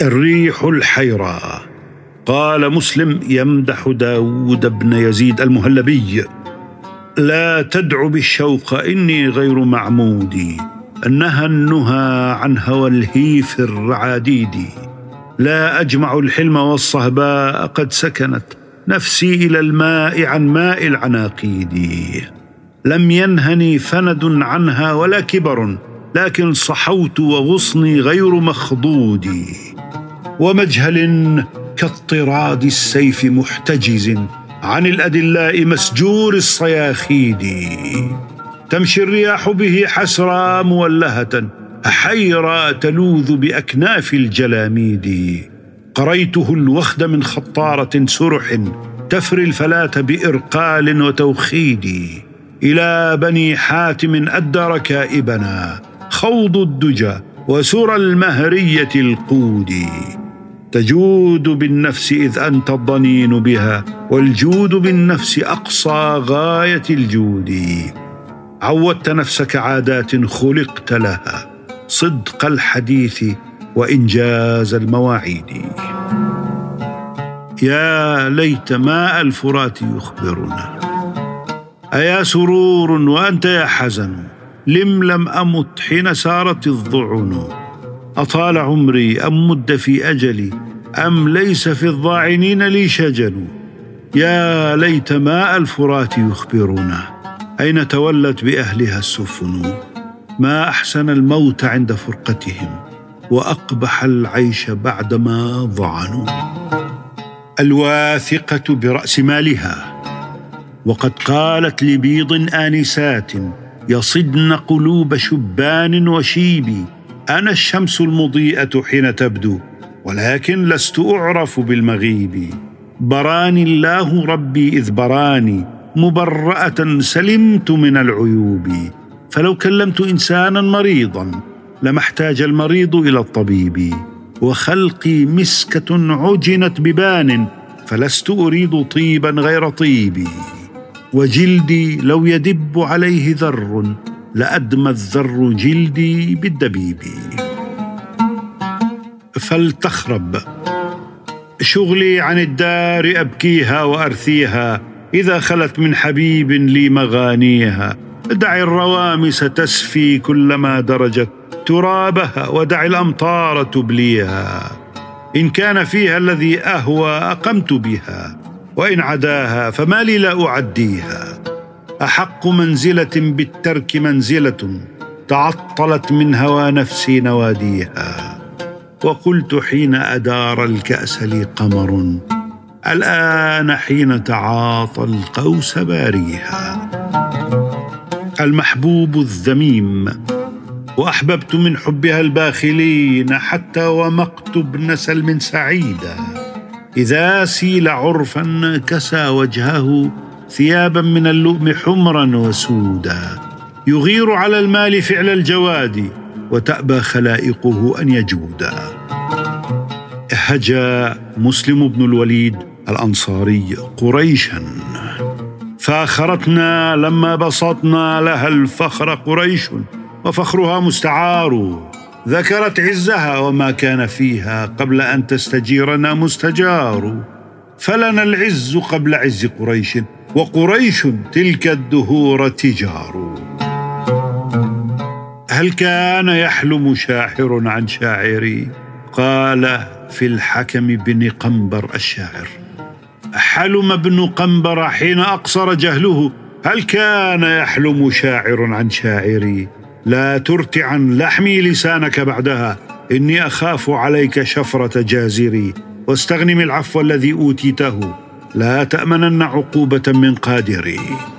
الريح الحيراء. قال مسلم يمدح داود بن يزيد المهلبي: لا تدع بالشوق إني غير معمودي، نهى النهى عن هوى الهيف الرعاديد. لا أجمع الحلم والصهباء قد سكنت نفسي إلى الماء عن ماء العناقيد. لم ينهني فند عنها ولا كبر، لكن صحوت وغصني غير مخضود. ومجهل كاضطراد السيف محتجز عن الأدلاء مسجور الصياخيد. تمشي الرياح به حسرى مولهة، حيرى تلوذ بأكناف الجلاميد. قريته الوخد من خطارة سرح، تفري الفلاة بإرقال وتوخيد. إلى بني حاتم أدى ركائبنا، خوض الدجى وسرى المهرية القود. تجود بالنفس إذ أنت الضنين بها، والجود بالنفس أقصى غاية الجود. عودت نفسك عادات خلقت لها، صدق الحديث وإنجاز المواعيد. يا ليت ماء الفرات يخبرنا، أيا سرور وأنت يا حزن، لم أمت حين سارت الضعن. أطال عمري أم مد في أجلي، أم ليس في الضاعنين لي شجن. يا ليت ماء الفرات يخبرنا، أين تولت بأهلها السفن. ما أحسن الموت عند فرقتهم، وأقبح العيش بعدما ضعنوا. الواثقة برأس مالها، وقد قالت لبيض آنسات يصدن قلوب شبان وشيب: أنا الشمس المضيئة حين تبدو، ولكن لست أعرف بالمغيب. براني الله ربي إذ براني، مبرأة سلمت من العيوب. فلو كلمت إنسانا مريضا لما احتاج المريض إلى الطبيب. وخلقي مسكة عجنت ببان، فلست أريد طيبا غير طيبي. وجلدي لو يدب عليه ذر، لأدمى الذر جلدي بالدبيب. فلتخرب شغلي عن الدار، أبكيها وأرثيها، إذا خلت من حبيب لي مغانيها. دع الروامس تسفي كلما درجت ترابها، ودع الأمطار تبليها. إن كان فيها الذي أهوى أقمت بها، وإن عداها فما لي لا أعديها. أحق منزلة بالترك منزلة، تعطلت من هوى نفسي نواديها. وقلت حين أدار الكأس لي قمر، الآن حين تعاطى القوس باريها. المحبوب الذميم، وأحببت من حبها الباخلين، حتى ومقت ابن سلم سعيدا. إذا سيل عرفا كسى وجهه، ثيابا من اللؤم حمرا وسودا. يغير على المال فعل الجواد، وتأبى خلائقه أن يجودا. هجا مسلم بن الوليد الأنصاري قريشا، فاخرتنا لما بسطنا لها الفخر قريش، وفخرها مستعار. ذكرت عزها وما كان فيها، قبل أن تستجيرنا مستجار. فلنا العز قبل عز قريش، وقريش تلك الدهور تجار. هل كان يحلم شاعر عن شاعري؟ قال في الحكم بن قنبر الشاعر: حلم ابن قنبر حين أقصر جهله، هل كان يحلم شاعر عن شاعري؟ لا ترتعا لحمي لسانك بعدها، إني أخاف عليك شفرة جازري. واستغنم العفو الذي أوتيته، لا تأمنن عقوبة من قادري.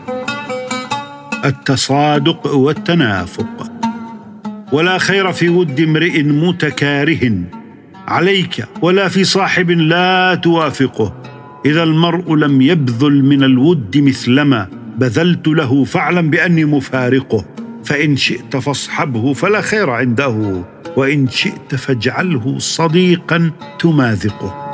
التصادق والتنافق. ولا خير في ود امرئ متكاره عليك، ولا في صاحب لا توافقه. إذا المرء لم يبذل من الود مثلما بذلت له، فاعلم بأني مفارقه. فإن شئت فاصحبه فلا خير عنده، وإن شئت فاجعله صديقا تماذقه.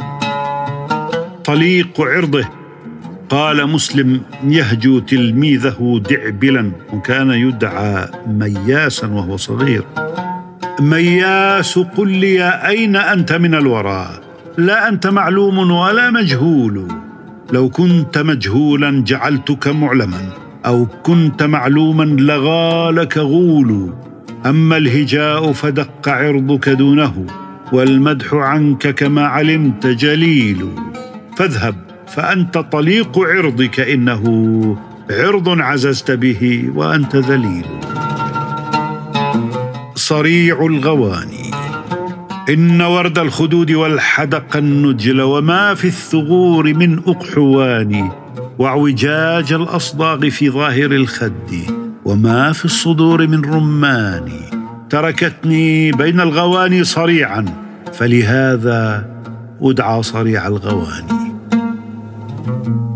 طليق عرضه. قال مسلم يهجو تلميذه دعبلا، وكان يدعى مياسا وهو صغير: مياس قل لي أين أنت من الورى؟ لا أنت معلوم ولا مجهول. لو كنت مجهولا جعلتك معلما، أو كنت معلوما لغى لك غول. أما الهجاء فدق عرضك دونه، والمدح عنك كما علمت جليل. فاذهب فأنت طليق عرضك، إنه عرض عززت به وأنت ذليل. صريع الغواني. إن ورد الخدود والحدق النجل، وما في الثغور من أقحوان. واعوجاج الأصداغ في ظاهر الخد، وما في الصدور من رمان. تركتني بين الغواني صريعا، فلهذا أدعى صريع الغواني.